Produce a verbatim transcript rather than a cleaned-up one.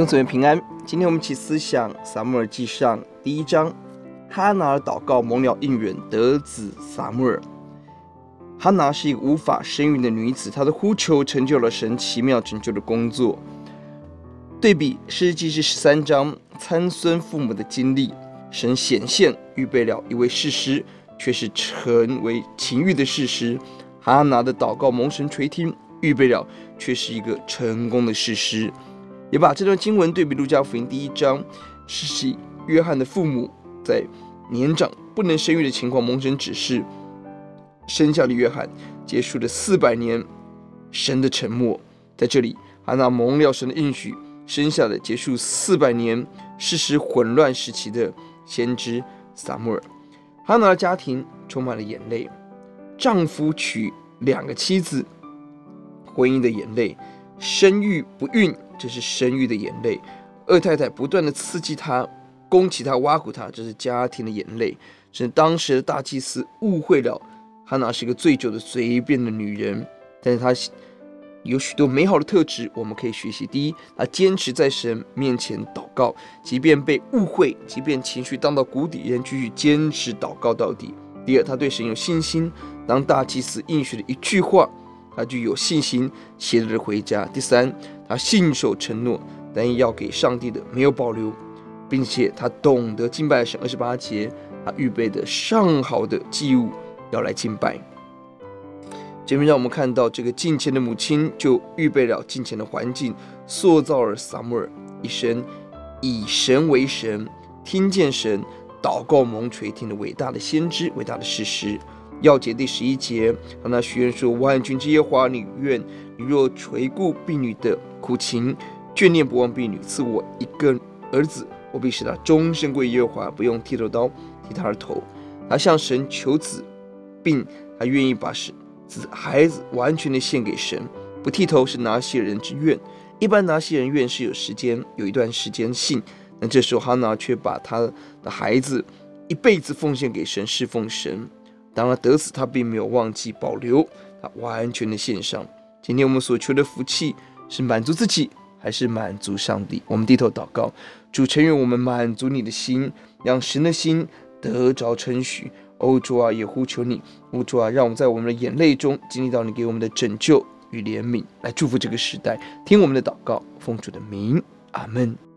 兄姊妹平安，今天我们一起思想撒母耳记上第一章。哈拿祷告蒙了应允，得子撒母耳。哈拿是一个无法生育的女子，她的呼求成就了神奇妙拯救的工作。对比士师记是十三章参孙父母的经历，神显现预备了一位士师，却是成为情欲的士师。哈拿的祷告蒙神垂听，预备了却是一个成功的士师。也把这段经文对比路加福音第一章，施洗约翰的父母在年长不能生育的情况蒙神指示，生下了约翰，结束了四百年神的沉默。在这里，哈拿蒙了神的应许，生下了结束四百年世事混乱时期的先知撒母耳。哈拿的家庭充满了眼泪，丈夫娶两个妻子，婚姻的眼泪；生育不孕，这是生育的眼泪；二太太不断的刺激他，攻击他，挖苦他，这是家庭的眼泪。是当时的大祭司误会了哈拿是一个醉酒的随便的女人，但是她有许多美好的特质，我们可以学习。第一，她坚持在神面前祷告，即便被误会，即便情绪荡到谷底，仍继续坚持祷告到底。第二，她对神有信心，当大祭司应许的一句话，她就有信心携着回家。第三，她信守承诺，但要给上帝的没有保留，并且她懂得敬拜神。二十八节，她预备的上好的祭物要来敬拜。这边让我们看到，这个敬虔的母亲就预备了敬虔的环境，塑造了撒母耳一生以神为神，听见神祷告蒙垂听的伟大的先知，伟大的士师。要节第十一节，让他许愿说：万军之耶和华，你愿你若垂顾婢女的苦情，眷念不忘婢女，赐我一个儿子，我必使他终身归耶和华，不用剃头刀剃他的头。他向神求子，并他愿意把孩子完全的献给神。不剃头是拿西尔人之愿，一般拿西尔人愿是有时间有一段时间信，但这时候哈拿却把他的孩子一辈子奉献给神，侍奉神。当然得死，他并没有忘记保留，他完全的献上。今天我们所求的福气是满足自己，还是满足上帝？我们低头祷告，主，承愿我们满足你的心，让神的心得着称许。哦，主啊，也呼求你，哦，主啊，让我们在我们的眼泪中经历到你给我们的拯救与怜悯，来祝福这个时代。听我们的祷告，奉主的名，阿们。